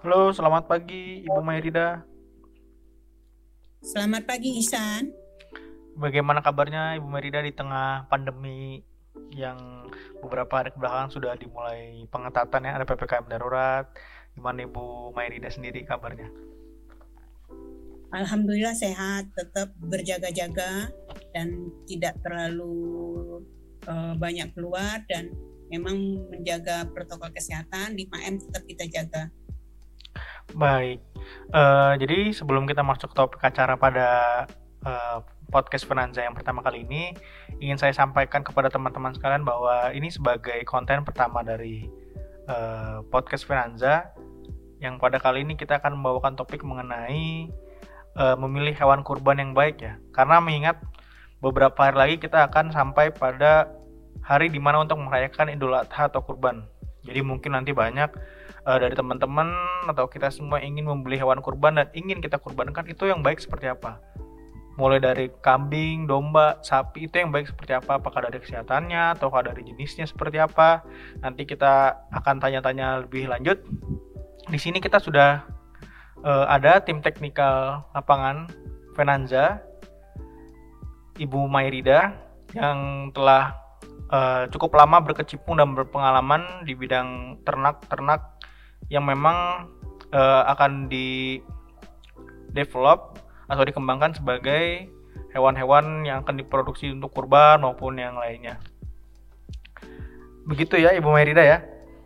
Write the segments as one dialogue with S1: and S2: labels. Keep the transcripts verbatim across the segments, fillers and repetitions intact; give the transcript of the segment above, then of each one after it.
S1: Halo, selamat pagi Ibu Mayrida.
S2: Selamat pagi, Isan.
S1: Bagaimana kabarnya Ibu Mayrida di tengah pandemi yang beberapa hari kebelakang sudah dimulai pengetatan ya, ada P P K M darurat. Gimana Ibu Mayrida sendiri kabarnya?
S2: Alhamdulillah sehat, tetap berjaga-jaga dan tidak terlalu uh, banyak keluar dan memang menjaga protokol kesehatan lima M tetap kita jaga.
S1: Baik, uh, jadi sebelum kita masuk ke topik acara pada uh, podcast Finanza yang pertama kali ini, ingin saya sampaikan kepada teman-teman sekalian bahwa ini sebagai konten pertama dari uh, podcast Finanza, yang pada kali ini kita akan membawakan topik mengenai uh, memilih hewan kurban yang baik ya. Karena mengingat beberapa hari lagi kita akan sampai pada hari dimana untuk merayakan Idul Adha atau kurban. Jadi mungkin nanti banyak uh, dari teman-teman atau kita semua ingin membeli hewan kurban dan ingin kita kurbankan, itu yang baik seperti apa. Mulai dari kambing, domba, sapi, itu yang baik seperti apa. Apakah dari kesehatannya atau dari jenisnya seperti apa. Nanti kita akan tanya-tanya lebih lanjut. Di sini kita sudah uh, ada tim teknikal lapangan Finanza, Ibu Mayrida, yang telah uh, cukup lama berkecimpung dan berpengalaman di bidang ternak-ternak yang memang uh, akan di develop atau dikembangkan sebagai hewan-hewan yang akan diproduksi untuk kurban maupun yang lainnya. Begitu ya Ibu Mayrida ya?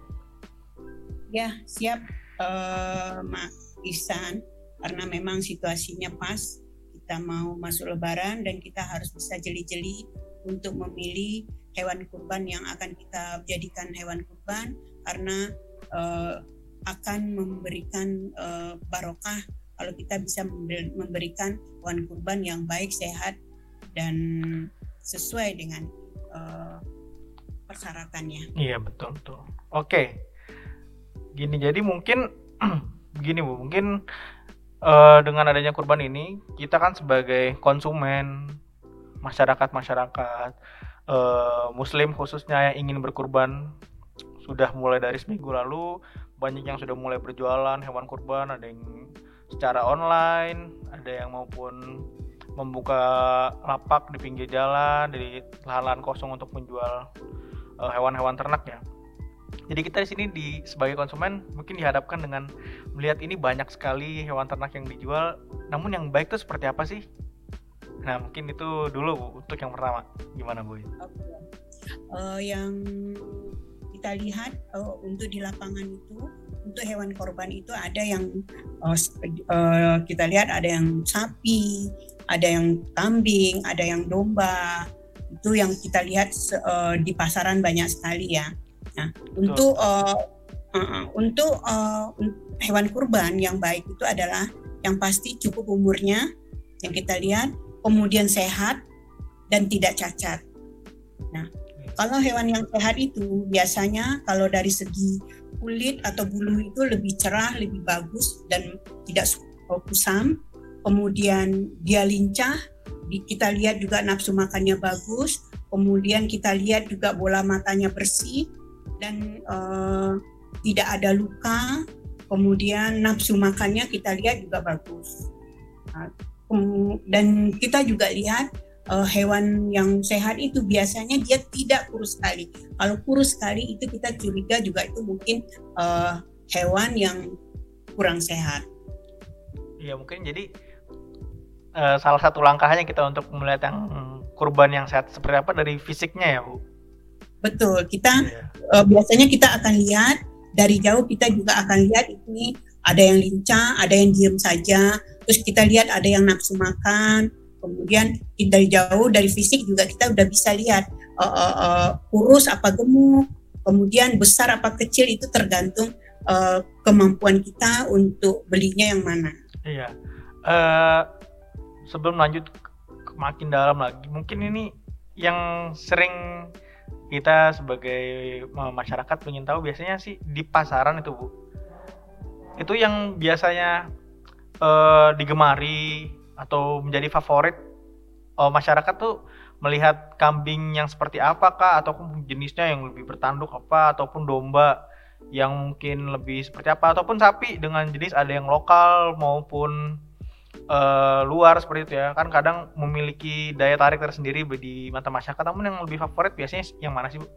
S2: Ya, siap uh, Mak Isan, karena memang situasinya pas. Kita mau masuk lebaran dan kita harus bisa jeli-jeli untuk memilih hewan kurban yang akan kita jadikan hewan kurban, karena uh, akan memberikan uh, barokah kalau kita bisa memberikan hewan kurban yang baik, sehat, dan sesuai dengan uh, persyaratannya.
S1: Iya, betul betul. Oke, gini, jadi mungkin begini Bu, mungkin uh, dengan adanya kurban ini kita kan sebagai konsumen, masyarakat-masyarakat uh, Muslim khususnya yang ingin berkurban, sudah mulai dari seminggu lalu banyak yang sudah mulai berjualan hewan kurban. Ada yang secara online, ada yang maupun membuka lapak di pinggir jalan, di lahan-lahan kosong untuk menjual uh, hewan-hewan ternak ya. Jadi kita di sini di sebagai konsumen mungkin dihadapkan dengan melihat ini banyak sekali hewan ternak yang dijual, namun yang baik itu seperti apa sih? Nah, mungkin itu dulu Bu, untuk yang pertama. Gimana Bu?
S2: Okay. Uh, yang kita lihat uh, untuk di lapangan itu, untuk hewan korban itu ada yang uh, uh, kita lihat ada yang sapi, ada yang kambing, ada yang domba. Itu yang kita lihat uh, di pasaran banyak sekali ya. Nah, untuk uh, uh, untuk uh, hewan kurban yang baik itu adalah yang pasti cukup umurnya, yang kita lihat, kemudian sehat dan tidak cacat. Nah, kalau hewan yang sehat itu biasanya kalau dari segi kulit atau bulu itu lebih cerah, lebih bagus dan tidak kusam. Kemudian dia lincah, kita lihat juga nafsu makannya bagus. Kemudian kita lihat juga bola matanya bersih dan uh, tidak ada luka. Kemudian nafsu makannya kita lihat juga bagus. Nah, dan kita juga lihat uh, hewan yang sehat itu biasanya dia tidak kurus sekali. Kalau kurus sekali itu kita curiga juga itu mungkin uh, hewan yang kurang sehat.
S1: Iya, mungkin jadi uh, salah satu langkahnya kita untuk melihat yang kurban yang sehat seperti apa dari fisiknya ya Bu?
S2: Betul, kita yeah. uh, biasanya kita akan lihat dari jauh, kita juga akan lihat ini ada yang lincah, ada yang diam saja, terus kita lihat ada yang nafsu makan, kemudian dari jauh dari fisik juga kita udah bisa lihat uh, uh, uh, kurus apa gemuk, kemudian besar apa kecil, itu tergantung uh, kemampuan kita untuk belinya yang mana.
S1: Iya, uh, sebelum lanjut makin dalam lagi, mungkin ini yang sering kita sebagai masyarakat ingin tahu biasanya sih di pasaran itu Bu, itu yang biasanya uh, digemari atau menjadi favorit uh, masyarakat tuh melihat kambing yang seperti apakah, ataupun jenisnya yang lebih bertanduk apa, ataupun domba yang mungkin lebih seperti apa, ataupun sapi dengan jenis ada yang lokal maupun uh, luar seperti itu ya, kan kadang memiliki daya tarik tersendiri di mata masyarakat. Namun yang lebih favorit biasanya yang mana sih Bu?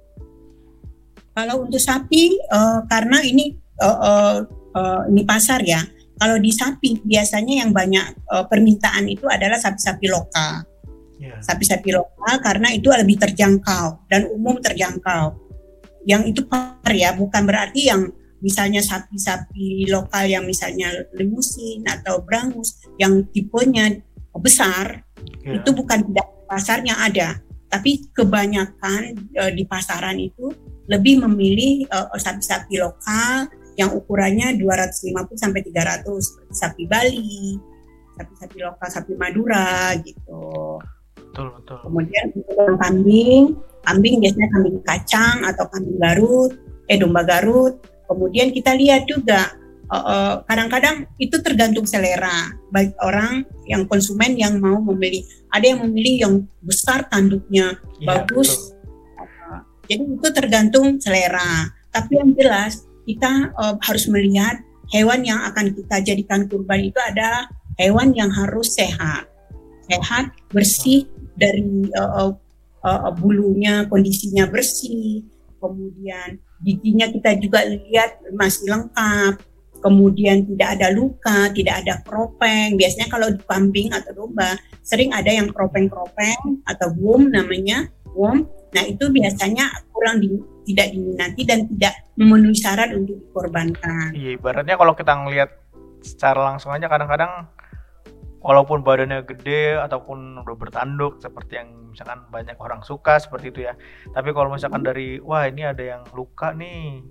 S2: Kalau untuk sapi, uh, karena ini uh, uh, uh, ini pasar ya. Kalau di sapi biasanya yang banyak uh, permintaan itu adalah sapi-sapi lokal. Yeah. Sapi-sapi lokal karena itu lebih terjangkau dan umum terjangkau. Yang itu par ya, bukan berarti yang misalnya sapi-sapi lokal yang misalnya limusin atau brangus yang tipenya besar, yeah, itu bukan tidak pasarnya ada. Tapi kebanyakan uh, di pasaran itu lebih memilih uh, sapi-sapi lokal yang ukurannya dua ratus lima puluh sampai tiga ratus, seperti sapi Bali, sapi-sapi lokal, sapi Madura gitu.
S1: Betul, betul.
S2: Kemudian untuk kambing, kambing biasanya kambing kacang atau kambing Garut, eh domba Garut. Kemudian kita lihat juga uh, uh, kadang-kadang itu tergantung selera bagi orang yang konsumen yang mau membeli. Ada yang memilih yang besar tanduknya, ya, bagus. Uh, jadi itu tergantung selera. Tapi yang jelas kita uh, harus melihat hewan yang akan kita jadikan kurban itu adalah hewan yang harus sehat, sehat, bersih dari uh, uh, bulunya, kondisinya bersih, kemudian giginya kita juga lihat masih lengkap, kemudian tidak ada luka, tidak ada kropeng. Biasanya kalau di kambing atau domba sering ada yang kropeng-kropeng atau worm namanya, worm. Nah itu biasanya kurang di, tidak diminati dan tidak memenuhi syarat untuk dikorbankan.
S1: Iya, ibaratnya kalau kita ngelihat secara langsung aja kadang-kadang walaupun badannya gede ataupun udah bertanduk seperti yang misalkan banyak orang suka seperti itu ya. Tapi kalau misalkan dari wah ini ada yang luka nih,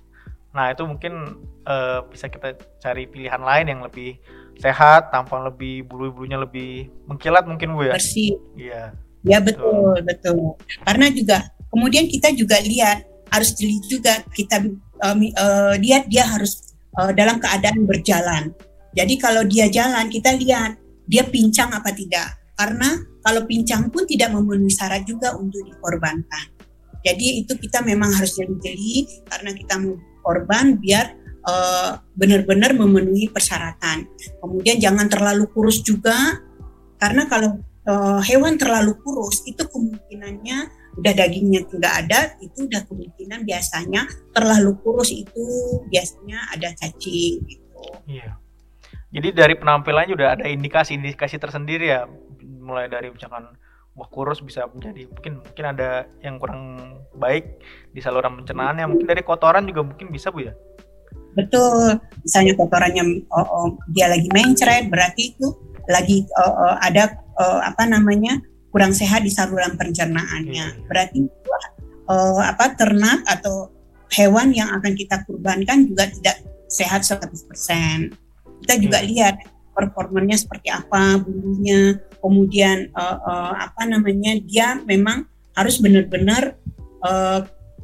S1: nah itu mungkin uh, bisa kita cari pilihan lain yang lebih sehat, tampang lebih, bulu-bulunya lebih mengkilat mungkin Bu ya.
S2: Bersih.
S1: Iya.
S2: Ya betul, betul. Karena juga kemudian kita juga lihat, harus jeli juga kita uh, uh, lihat dia harus uh, dalam keadaan berjalan. Jadi kalau dia jalan kita lihat dia pincang apa tidak. Karena kalau pincang pun tidak memenuhi syarat juga untuk dikorbankan. Jadi itu kita memang harus jeli-jeli karena kita mau korban biar uh, benar-benar memenuhi persyaratan. Kemudian jangan terlalu kurus juga, karena kalau uh, hewan terlalu kurus itu kemungkinannya udah dagingnya tidak ada, itu udah kemungkinan biasanya terlalu kurus itu biasanya ada cacing gitu.
S1: Iya. Jadi dari penampilannya udah ada indikasi-indikasi tersendiri ya, mulai dari misalkan wah kurus bisa menjadi mungkin mungkin ada yang kurang baik di saluran pencernaannya, mungkin dari kotoran juga mungkin bisa Bu ya.
S2: Betul, misalnya kotorannya oh, oh, dia lagi mencret berarti itu lagi oh, oh, ada oh, apa namanya kurang sehat di saluran pencernaannya. Hmm. Berarti oh, apa ternak atau hewan yang akan kita kurbankan juga tidak sehat seratus persen. Kita juga hmm. lihat performanya seperti apa, bulunya, kemudian uh, uh, apa namanya dia memang harus benar-benar uh,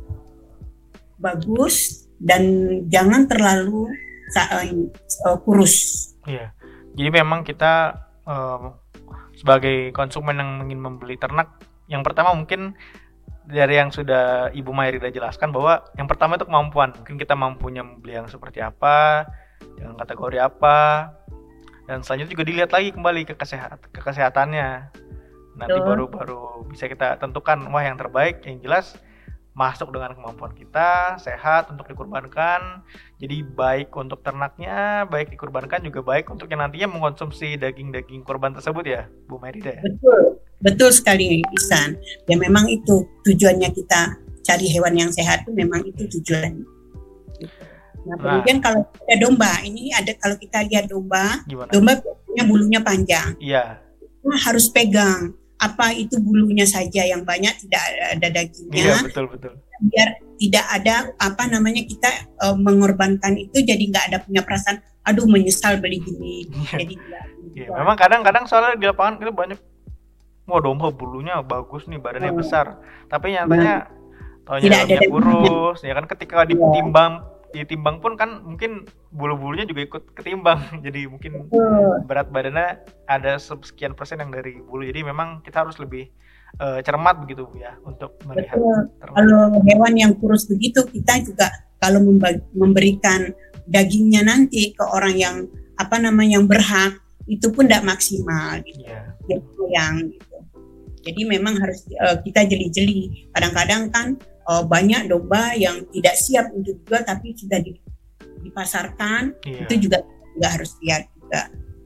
S2: bagus dan jangan terlalu uh, kurus.
S1: Iya, jadi memang kita uh, sebagai konsumen yang ingin membeli ternak, yang pertama mungkin dari yang sudah Ibu Mairida jelaskan bahwa yang pertama itu kemampuan. Mungkin kita mampunya membeli yang seperti apa, dengan kategori apa. Dan selanjutnya juga dilihat lagi kembali ke kesehat ke kesehatannya. Nanti baru-baru bisa kita tentukan wah yang terbaik yang jelas masuk dengan kemampuan kita, sehat untuk dikurbankan. Jadi baik untuk ternaknya, baik dikurbankan juga baik untuk yang nantinya mengkonsumsi daging-daging kurban tersebut ya, Bu Mairida ya.
S2: Betul, betul sekali Ihsan. Ya memang itu tujuannya kita cari hewan yang sehat itu memang itu tujuannya. Nah, kemudian nah, kalau ada domba, ini ada kalau kita lihat domba, gimana? Domba punya bulunya panjang.
S1: Iya.
S2: Nah, harus pegang. Apa itu bulunya saja yang banyak, tidak ada dagingnya.
S1: Iya, betul betul.
S2: Biar tidak ada apa namanya kita uh, mengorbankan itu, jadi nggak ada punya perasaan, aduh menyesal beli gini.
S1: Iya.
S2: Jadi ya,
S1: iya. Memang kadang-kadang soalnya di lapangan kita banyak, wah domba bulunya bagus nih, badannya oh. besar, tapi nyatanya taunya dalamnya kurus. Ya kan ketika ditimbang ditimbang pun kan mungkin bulu-bulunya juga ikut ketimbang, jadi mungkin berat badannya ada sekian persen yang dari bulu. Jadi memang kita harus lebih uh, cermat begitu Bu ya untuk melihat.
S2: Kalau hewan yang kurus begitu, kita juga kalau memberikan dagingnya nanti ke orang yang apa namanya yang berhak, itu pun tidak maksimal gitu. Yeah. Yang gitu. Jadi memang harus uh, kita jeli-jeli. Kadang-kadang kan uh, banyak domba yang tidak siap untuk dijual tapi sudah dipasarkan, yeah. Itu juga juga harus lihat juga.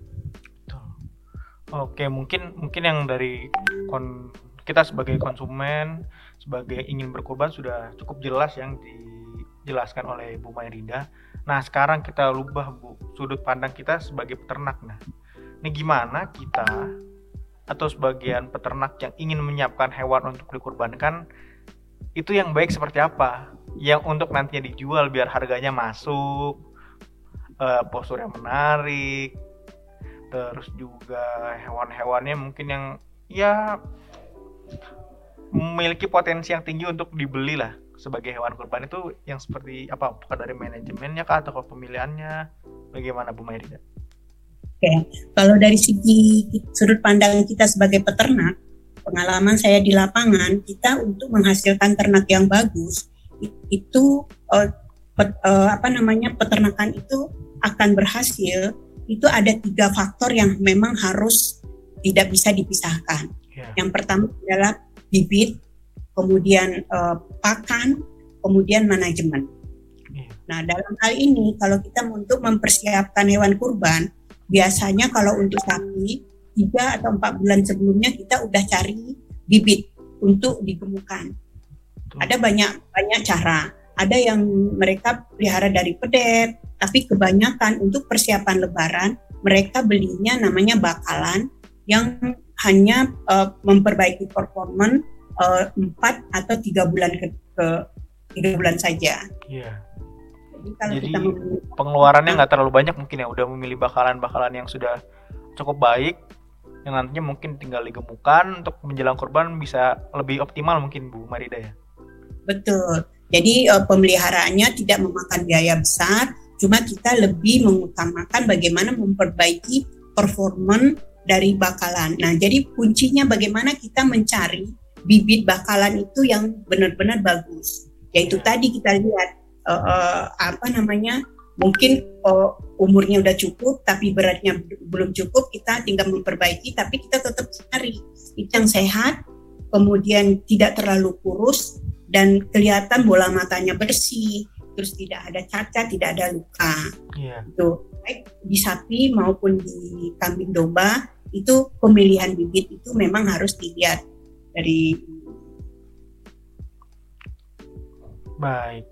S1: Oke, mungkin mungkin yang dari kon, kita sebagai konsumen, sebagai ingin berkurban sudah cukup jelas yang dijelaskan oleh Bu Mairida. Nah, sekarang kita ubah Bu sudut pandang kita sebagai peternak. Nah, ini gimana kita atau sebagian peternak yang ingin menyiapkan hewan untuk dikurbankan, itu yang baik seperti apa? Yang untuk nantinya dijual biar harganya masuk, uh, postur yang menarik, terus juga hewan-hewannya mungkin yang ya memiliki potensi yang tinggi untuk dibeli lah sebagai hewan kurban. Itu yang seperti apa? Apakah dari manajemennya kah atau pemilihannya? Bagaimana Bu Mairida?
S2: Oke, kalau dari segi sudut pandang kita sebagai peternak, pengalaman saya di lapangan, kita untuk menghasilkan ternak yang bagus itu uh, pet, uh, apa namanya peternakan itu akan berhasil. Itu ada tiga faktor yang memang harus tidak bisa dipisahkan. Yeah. Yang pertama adalah bibit, kemudian uh, pakan, kemudian manajemen. Yeah. Nah, dalam hal ini kalau kita untuk mempersiapkan hewan kurban, biasanya kalau untuk sapi tiga atau empat bulan sebelumnya kita udah cari bibit untuk digemukan. Tuh. Ada banyak banyak cara. Ada yang mereka pelihara dari pedet, tapi kebanyakan untuk persiapan Lebaran mereka belinya namanya bakalan yang hanya uh, memperbaiki performa uh, empat atau tiga bulan ke, ke tiga bulan saja.
S1: Iya. Jadi, kalau Jadi kita memilih, pengeluarannya nggak terlalu banyak mungkin ya, udah memilih bakalan-bakalan yang sudah cukup baik, yang nantinya mungkin tinggal digemukan untuk menjelang kurban bisa lebih optimal mungkin Bu Mairida ya.
S2: Betul. Jadi uh, pemeliharaannya tidak memakan biaya besar, cuma kita lebih mengutamakan bagaimana memperbaiki performa dari bakalan. Nah, jadi kuncinya bagaimana kita mencari bibit bakalan itu yang benar-benar bagus. Yaitu ya. Tadi kita lihat uh, uh, apa namanya, mungkin uh, umurnya udah cukup tapi beratnya belum cukup, kita tinggal memperbaiki tapi kita tetap cari itu yang sehat, kemudian tidak terlalu kurus dan kelihatan bola matanya bersih, terus tidak ada cacat, tidak ada luka. Yeah. Itu baik di sapi maupun di kambing domba, itu pemilihan bibit itu memang harus dilihat dari.
S1: Baik.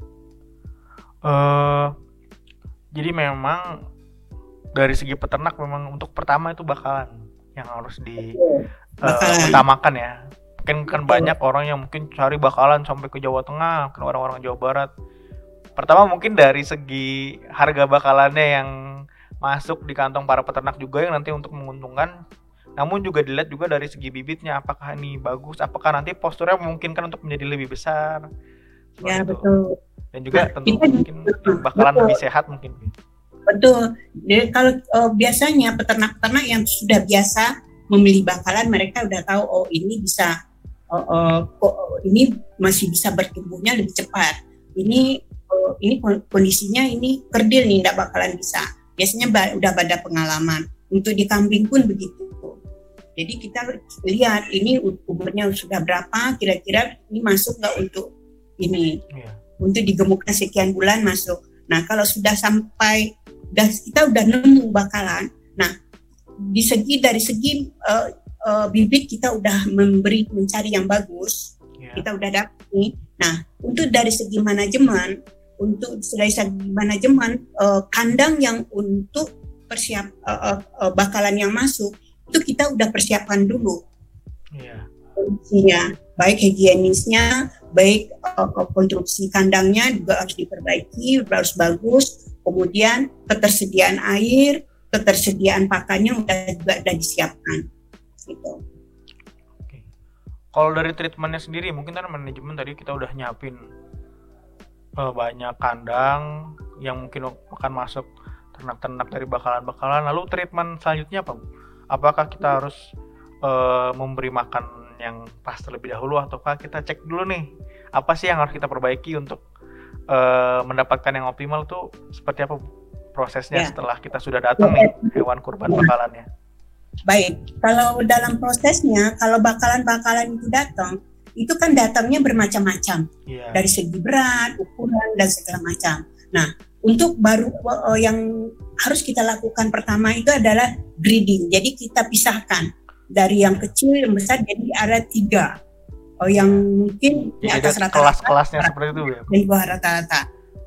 S1: Uh, jadi memang dari segi peternak memang untuk pertama itu bakalan yang harus diutamakan uh, ya. Mungkin kan banyak orang yang mungkin cari bakalan sampai ke Jawa Tengah, ke orang-orang Jawa Barat. Pertama mungkin dari segi harga bakalannya yang masuk di kantong para peternak juga yang nanti untuk menguntungkan. Namun juga dilihat juga dari segi bibitnya, apakah ini bagus, apakah nanti posturnya memungkinkan untuk menjadi lebih besar.
S2: Ya itu. Betul.
S1: Dan juga nah, tentu mungkin bakalan betul. Lebih sehat mungkin.
S2: Betul. Jadi kalau oh, biasanya peternak-peternak yang sudah biasa memilih bakalan, mereka udah tahu oh ini bisa oh, oh, oh, ini masih bisa bertumbuhnya lebih cepat. Ini oh, ini kondisinya ini kerdil nih, tidak bakalan bisa. Biasanya ba- udah pada pengalaman. Untuk di kambing pun begitu. Jadi kita lihat ini umurnya sudah berapa, kira-kira ini masuk nggak untuk ini, yeah. Untuk digemukkan sekian bulan masuk. Nah kalau sudah sampai, udah kita udah nemu bakalan. Nah di segi dari segi uh, uh, bibit kita udah memberi mencari yang bagus, yeah. Kita udah dapat nih. Nah untuk dari segi manajemen, untuk dari segi manajemen uh, kandang yang untuk persiap uh, uh, bakalan yang masuk itu kita udah persiapkan dulu. Yeah. Kondisinya, baik higienisnya, baik uh, konstruksi kandangnya juga harus diperbaiki, harus bagus. Kemudian ketersediaan air, ketersediaan pakannya udah juga udah disiapkan. Gitu.
S1: Oke. Kalau dari treatmentnya sendiri, mungkin kan manajemen tadi kita udah nyiapin uh, banyak kandang yang mungkin akan masuk ternak-ternak dari bakalan-bakalan. Lalu treatment selanjutnya apa, Bu? Apakah kita harus uh, memberi makan yang pas terlebih dahulu, ataukah kita cek dulu nih apa sih yang harus kita perbaiki untuk uh, mendapatkan yang optimal tuh seperti apa prosesnya ya. Setelah kita sudah datang nih hewan kurban bakalannya?
S2: Baik, kalau dalam prosesnya, kalau bakalan-bakalan itu datang, itu kan datangnya bermacam-macam, yeah. Dari segi berat, ukuran, dan segala macam. Nah, untuk baru uh, yang harus kita lakukan pertama itu adalah grading. Jadi kita pisahkan dari yang kecil, yang besar, jadi ada tiga. Oh, yang mungkin di atas rata-rata.
S1: Kelas-kelasnya seperti itu ya?
S2: Di bawah rata-rata.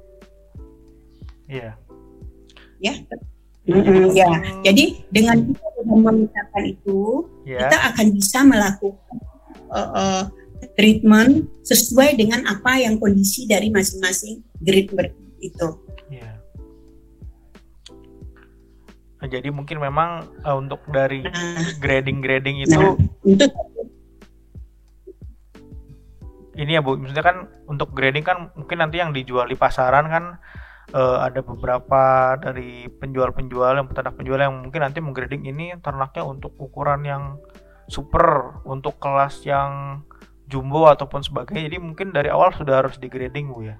S1: Iya.
S2: Ya. Mm-hmm, ya, jadi dengan kita memisahkan itu, yeah. Kita akan bisa melakukan uh, uh, treatment sesuai dengan apa yang kondisi dari masing-masing grade itu.
S1: Yeah. Nah, jadi mungkin memang uh, untuk dari nah, grading-grading itu, nah, untuk ini ya Bu, maksudnya kan untuk grading kan mungkin nanti yang dijual di pasaran kan. Uh, ada beberapa dari penjual-penjual yang peternak penjual yang mungkin nanti menggrading ini ternaknya untuk ukuran yang super, untuk kelas yang jumbo ataupun sebagainya. Jadi mungkin dari awal sudah harus digrading Bu ya.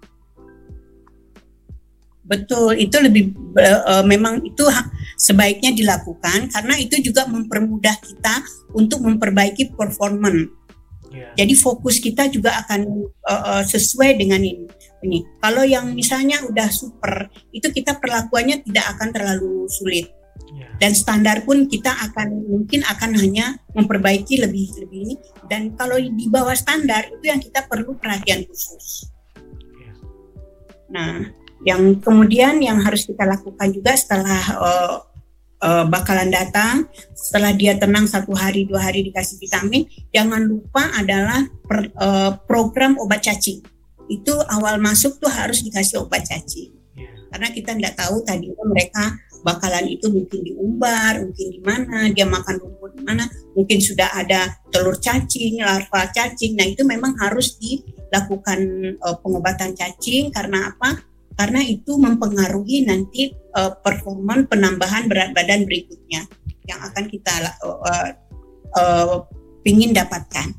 S2: Betul, itu lebih uh, memang itu sebaiknya dilakukan karena itu juga mempermudah kita untuk memperbaiki performance. Yeah. Jadi fokus kita juga akan uh, uh, sesuai dengan ini. Ini. Kalau yang misalnya udah super, itu kita perlakuannya tidak akan terlalu sulit. Yeah. Dan standar pun kita akan mungkin akan hanya memperbaiki lebih lebih ini. Dan kalau di bawah standar itu yang kita perlu perhatian khusus. Yeah. Nah, yang kemudian yang harus kita lakukan juga setelah uh, uh, bakalan datang, setelah dia tenang satu hari dua hari dikasih vitamin, jangan lupa adalah per, uh, program obat cacing. Itu awal masuk tuh harus dikasih obat cacing. Yeah. Karena kita nggak tahu tadi mereka bakalan itu mungkin diumbar, mungkin di mana, dia makan rumput di mana, mungkin sudah ada telur cacing, larva cacing. Nah, itu memang harus dilakukan uh, pengobatan cacing karena apa? Karena itu mempengaruhi nanti uh, performa penambahan berat badan berikutnya yang akan kita uh, uh, uh, ingin dapatkan.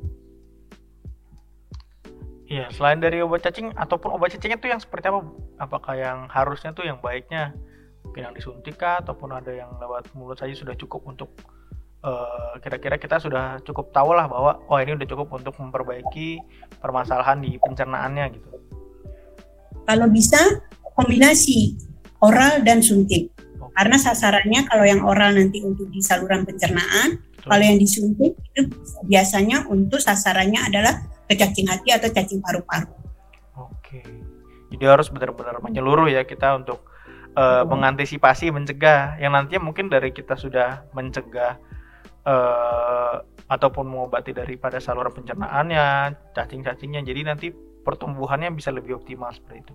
S1: Iya, selain dari obat cacing ataupun obat cacingnya itu yang seperti apa? Apakah yang harusnya tuh yang baiknya mungkin yang disuntik kah, ataupun ada yang lewat mulut saja sudah cukup untuk uh, kira-kira kita sudah cukup tahu lah bahwa oh ini udah cukup untuk memperbaiki permasalahan di pencernaannya gitu.
S2: Kalau bisa kombinasi oral dan suntik. Okay. Karena sasarannya kalau yang oral nanti untuk di saluran pencernaan, betul. Kalau yang disuntik itu biasanya untuk sasarannya adalah ke cacing hati atau cacing paru-paru.
S1: Oke, jadi harus benar-benar menyeluruh ya kita untuk uh, mengantisipasi, mencegah. Yang nantinya mungkin dari kita sudah mencegah uh, ataupun mengobati daripada saluran pencernaannya, cacing-cacingnya. Jadi nanti pertumbuhannya bisa lebih optimal seperti itu.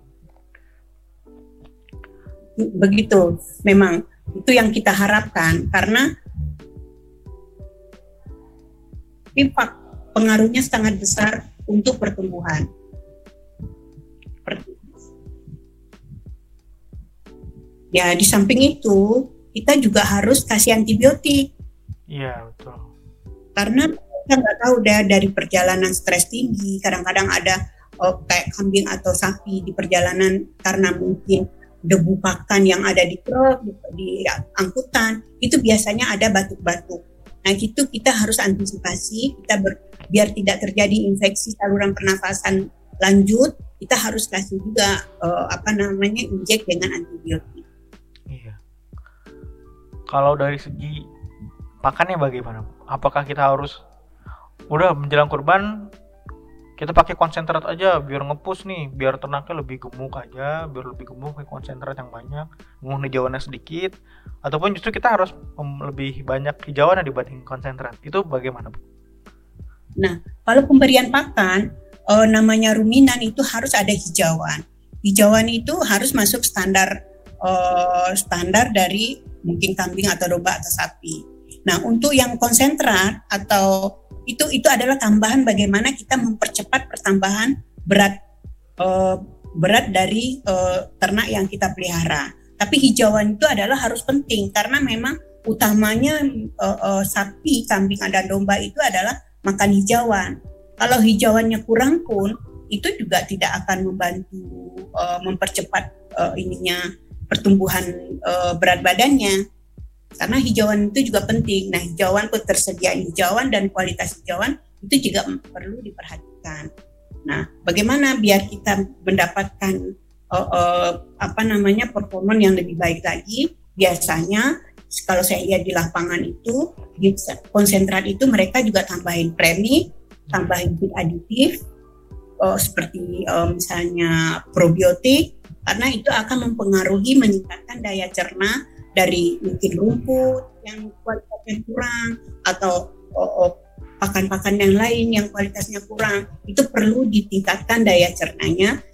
S2: Begitu, memang itu yang kita harapkan karena impact pengaruhnya sangat besar untuk pertumbuhan. Ya, di samping itu kita juga harus kasih antibiotik.
S1: Iya, betul.
S2: Karena kita nggak tahu dah dari perjalanan stres tinggi, kadang-kadang ada oh, kayak kambing atau sapi di perjalanan karena mungkin debu pakan yang ada di truk, di, di angkutan, itu biasanya ada batuk-batuk. Nah, itu kita harus antisipasi, kita ber, biar tidak terjadi infeksi saluran pernafasan lanjut, kita harus kasih juga uh, apa namanya injek dengan antibiotik.
S1: Iya. Kalau dari segi pakannya bagaimana? Apakah kita harus udah menjelang kurban kita pakai konsentrat aja biar ngepush nih, biar ternaknya lebih gemuk aja, biar lebih gemuk pakai konsentrat yang banyak, ngomong hijauannya sedikit, ataupun justru kita harus um, lebih banyak hijauannya dibanding konsentrat? Itu bagaimana, Bu?
S2: Nah, kalau pemberian pakan uh, namanya ruminan itu harus ada hijauan. Hijauan itu harus masuk standar uh, standar dari mungkin kambing atau domba atau sapi. Nah, untuk yang konsentrat atau itu itu adalah tambahan bagaimana kita mempercepat pertambahan berat uh, berat dari uh, ternak yang kita pelihara. Tapi hijauan itu adalah harus penting karena memang utamanya uh, uh, sapi, kambing dan domba itu adalah makan hijauan. Kalau hijauannya kurang pun itu juga tidak akan membantu uh, mempercepat uh, ininya pertumbuhan uh, berat badannya. Karena hijauan itu juga penting. Nah, hijauan ketersediaan hijauan dan kualitas hijauan itu juga perlu diperhatikan. Nah, bagaimana biar kita mendapatkan uh, uh, apa namanya performa yang lebih baik lagi? Biasanya kalau saya lihat di lapangan itu di konsentrat itu mereka juga tambahin premi, tambahin food aditif uh, seperti uh, misalnya probiotik, karena itu akan mempengaruhi meningkatkan daya cerna dari mungkin rumput yang kualitasnya kurang atau oh, oh, pakan-pakan yang lain yang kualitasnya kurang, itu perlu ditingkatkan daya cernanya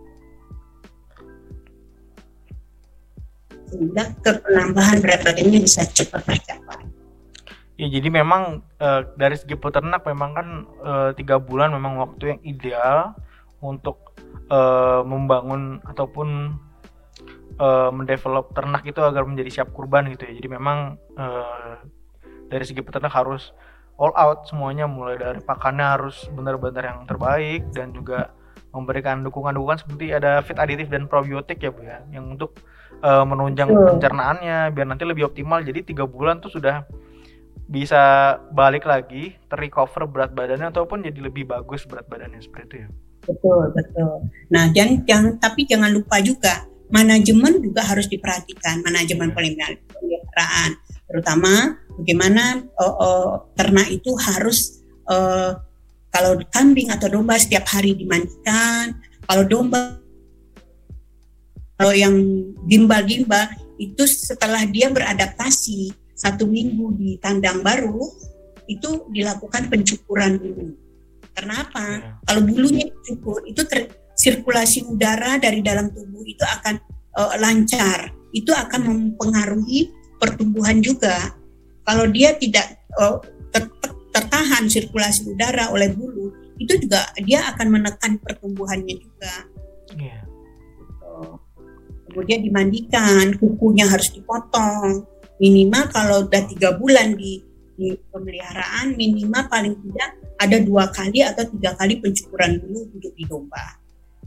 S2: sehingga penambahan berat badannya bisa cepat tercapai.
S1: Ya, jadi memang e, dari segi peternak memang kan e, tiga bulan memang waktu yang ideal untuk e, membangun ataupun Uh, mendevelop ternak itu agar menjadi siap kurban gitu ya. Jadi memang uh, dari segi peternak harus all out semuanya, mulai dari pakannya harus benar-benar yang terbaik dan juga memberikan dukungan-dukungan seperti ada feed aditif dan probiotik ya Bu ya, yang untuk uh, menunjang hmm. pencernaannya biar nanti lebih optimal. Jadi tiga bulan tuh sudah bisa balik lagi terrecover berat badannya ataupun jadi lebih bagus berat badannya seperti itu ya.
S2: Betul, betul. Nah, dan jangan tapi jangan lupa juga manajemen juga harus diperhatikan, manajemen pemeliharaan, terutama bagaimana uh, uh, ternak itu harus uh, kalau kambing atau domba setiap hari dimandikan, kalau domba kalau yang gimbal-gimbal itu setelah dia beradaptasi satu minggu di kandang baru itu dilakukan pencukuran dulu. Karena apa? Ya. Kalau bulunya dicukur itu ter sirkulasi udara dari dalam tubuh itu akan uh, lancar, itu akan mempengaruhi pertumbuhan juga. Kalau dia tidak uh, ter- tertahan sirkulasi udara oleh bulu, itu juga dia akan menekan pertumbuhannya juga. Yeah. Uh, kemudian dimandikan, kukunya harus dipotong. Minimal kalau udah tiga bulan di, di pemeliharaan, minimal paling tidak ada dua kali atau tiga kali pencukuran bulu untuk di domba.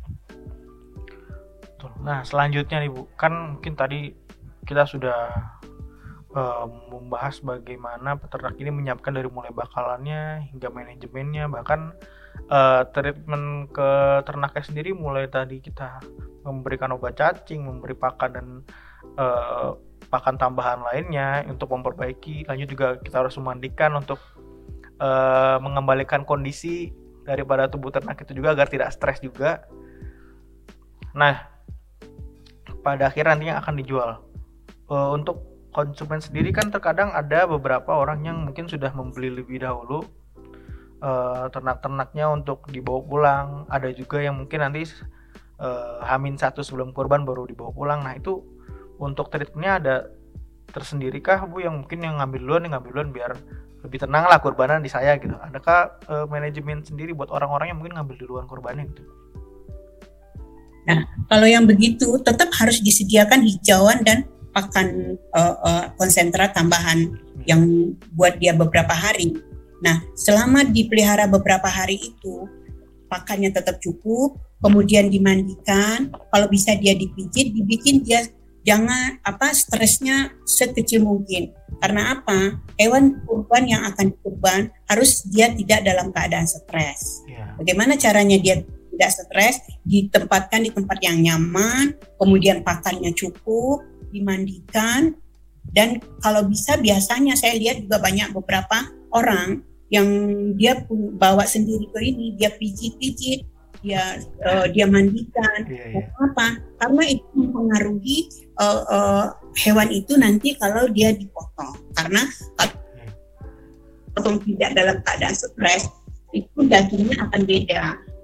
S1: Nah, selanjutnya nih Bu, kan mungkin tadi kita sudah uh, membahas bagaimana peternak ini menyiapkan dari mulai bakalannya hingga manajemennya, bahkan uh, treatment ke ternaknya sendiri, mulai tadi kita memberikan obat cacing, memberi pakan dan uh, pakan tambahan lainnya untuk memperbaiki. Lanjut juga kita harus memandikan untuk uh, mengembalikan kondisi daripada tubuh ternak itu juga agar tidak stres juga. Nah, pada akhirnya nantinya akan dijual. Uh, untuk konsumen sendiri kan terkadang ada beberapa orang yang mungkin sudah membeli lebih dahulu uh, ternak-ternaknya untuk dibawa pulang. Ada juga yang mungkin nanti uh, hamin satu sebelum kurban baru dibawa pulang. Nah, itu untuk treatmentnya ada tersendiri kah Bu, yang mungkin yang ngambil duluan, yang ngambil duluan biar lebih tenang lah kurbanan di saya gitu. Adakah uh, manajemen sendiri buat orang-orang yang mungkin ngambil duluan kurbannya gitu?
S2: Nah, kalau yang begitu tetap harus disediakan hijauan dan pakan uh, uh, konsentrat tambahan yang buat dia beberapa hari. Nah, selama dipelihara beberapa hari itu, pakannya tetap cukup, kemudian dimandikan, kalau bisa dia dipijit, dibikin dia jangan apa stresnya sekecil mungkin. Karena apa? Hewan kurban yang akan dikurban harus dia tidak dalam keadaan stres. Yeah. Bagaimana caranya dia tidak stres? Ditempatkan di tempat yang nyaman, kemudian pakannya cukup, dimandikan, dan kalau bisa biasanya saya lihat juga banyak beberapa orang yang dia bawa sendiri ke ini, dia pijit-pijit, dia uh, dia mandikan. Yeah, yeah. Apa? Karena itu mempengaruhi uh, uh, hewan itu nanti kalau dia dipotong. Karena kalau potong tidak dalam keadaan stres, itu dagingnya akan beda.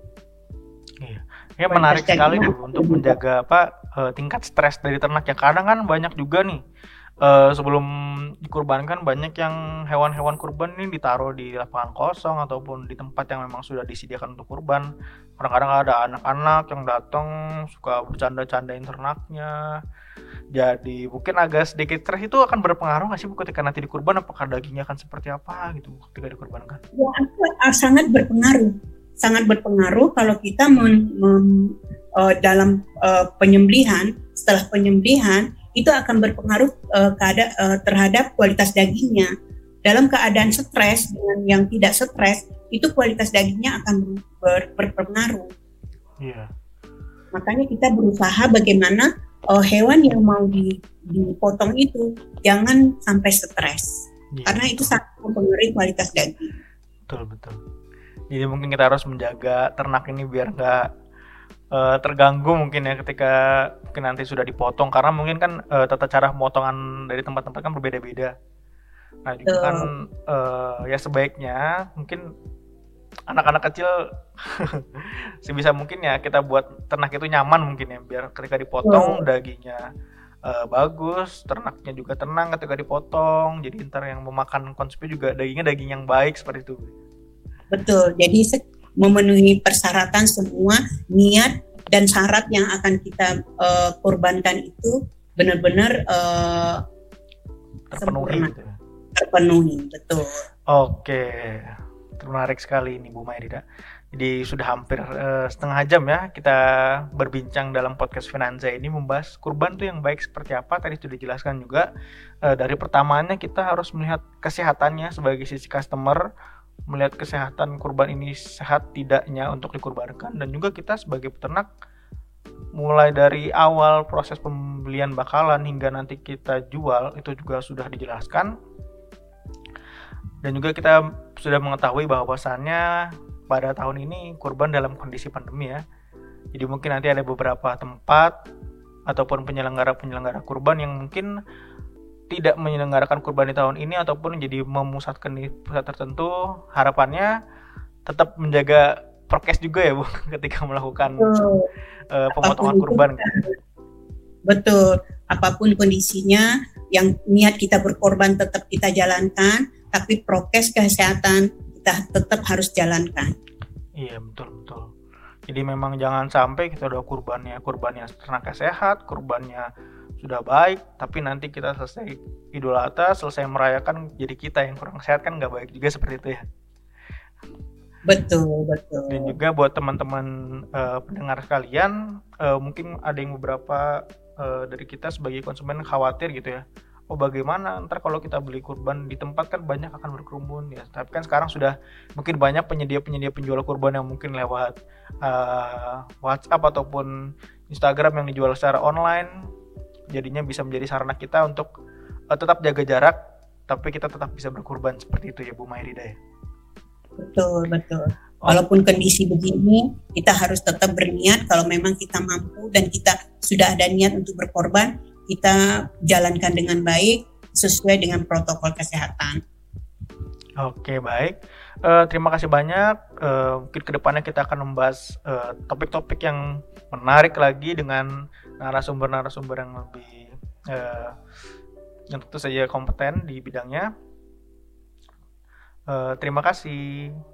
S1: Ya, menarik sekali nih untuk menjaga apa uh, tingkat stres dari ternak ya. Kadang kan banyak juga nih uh, sebelum dikurbankan banyak yang hewan-hewan kurban ini ditaruh di lapangan kosong ataupun di tempat yang memang sudah disediakan untuk kurban. Kadang-kadang ada anak-anak yang datang suka bercanda-candain ternaknya. Jadi mungkin agak sedikit stres itu akan berpengaruh nggak sih Bu ketika nanti dikurban, apakah dagingnya akan seperti apa gitu ketika dikurbankan?
S2: Ya, sangat berpengaruh, sangat berpengaruh kalau kita men, men, uh, dalam uh, penyembelihan, setelah penyembelihan itu akan berpengaruh uh, keada, uh, terhadap kualitas dagingnya. Dalam keadaan stres dengan yang tidak stres, itu kualitas dagingnya akan ber, berpengaruh.
S1: Iya.
S2: Makanya kita berusaha bagaimana uh, hewan yang mau dipotong itu jangan sampai stres, iya, karena itu sangat mempengaruhi kualitas daging.
S1: Betul betul. Jadi mungkin kita harus menjaga ternak ini biar nggak uh, terganggu mungkin ya ketika mungkin nanti sudah dipotong, karena mungkin kan uh, tata cara pemotongan dari tempat-tempat kan berbeda-beda. Nah juga kan uh, ya sebaiknya mungkin anak-anak kecil sebisa mungkin ya kita buat ternak itu nyaman mungkin ya, biar ketika dipotong dagingnya uh, bagus, ternaknya juga tenang ketika dipotong, jadi ntar yang memakan konsumen juga dagingnya daging yang baik seperti itu.
S2: Betul, jadi memenuhi persyaratan semua niat dan syarat yang akan kita uh, kurbankan itu benar-benar uh,
S1: terpenuhi gitu ya.
S2: Terpenuhi, betul.
S1: Oke, menarik sekali ini Bu Mairida. Jadi sudah hampir uh, setengah jam ya kita berbincang dalam podcast Finanza ini membahas kurban tuh yang baik seperti apa. Tadi sudah dijelaskan juga uh, dari pertamanya kita harus melihat kesehatannya sebagai sisi customer, melihat kesehatan kurban ini sehat tidaknya untuk dikurbankan, dan juga kita sebagai peternak mulai dari awal proses pembelian bakalan hingga nanti kita jual itu juga sudah dijelaskan. Dan juga kita sudah mengetahui bahwasannya pada tahun ini kurban dalam kondisi pandemi ya. Jadi mungkin nanti ada beberapa tempat ataupun penyelenggara-penyelenggara kurban yang mungkin tidak menyelenggarakan kurban di tahun ini ataupun jadi memusatkan di pusat tertentu. Harapannya tetap menjaga prokes juga ya Bu ketika melakukan uh, pemotongan kurban.
S2: Betul, apapun kondisinya yang niat kita berkorban tetap kita jalankan, tapi prokes kesehatan kita tetap harus jalankan.
S1: Iya betul betul. Jadi memang jangan sampai kita udah kurbannya kurbannya ternaknya sehat, kurbannya sudah baik, tapi nanti kita selesai Idul Adha, selesai merayakan jadi kita yang kurang sehat, kan nggak baik juga seperti itu ya.
S2: Betul betul.
S1: Dan juga buat teman-teman uh, pendengar sekalian, uh, mungkin ada yang beberapa uh, dari kita sebagai konsumen khawatir gitu ya. Oh bagaimana ntar kalau kita beli kurban di tempat kan banyak akan berkerumun ya. Tapi kan sekarang sudah mungkin banyak penyedia-penyedia penjual kurban yang mungkin lewat uh, WhatsApp ataupun Instagram yang dijual secara online. Jadinya bisa menjadi sarana kita untuk uh, tetap jaga jarak, tapi kita tetap bisa berkurban seperti itu ya Bu Mairida ya.
S2: Betul betul. Walaupun kondisi begini, kita harus tetap berniat. Kalau memang kita mampu dan kita sudah ada niat untuk berkorban, kita jalankan dengan baik sesuai dengan protokol kesehatan.
S1: Oke baik, uh, terima kasih banyak. Uh, mungkin kedepannya kita akan membahas uh, topik-topik yang menarik lagi dengan narasumber-narasumber yang lebih uh, yang tentu saja kompeten di bidangnya. Uh, terima kasih.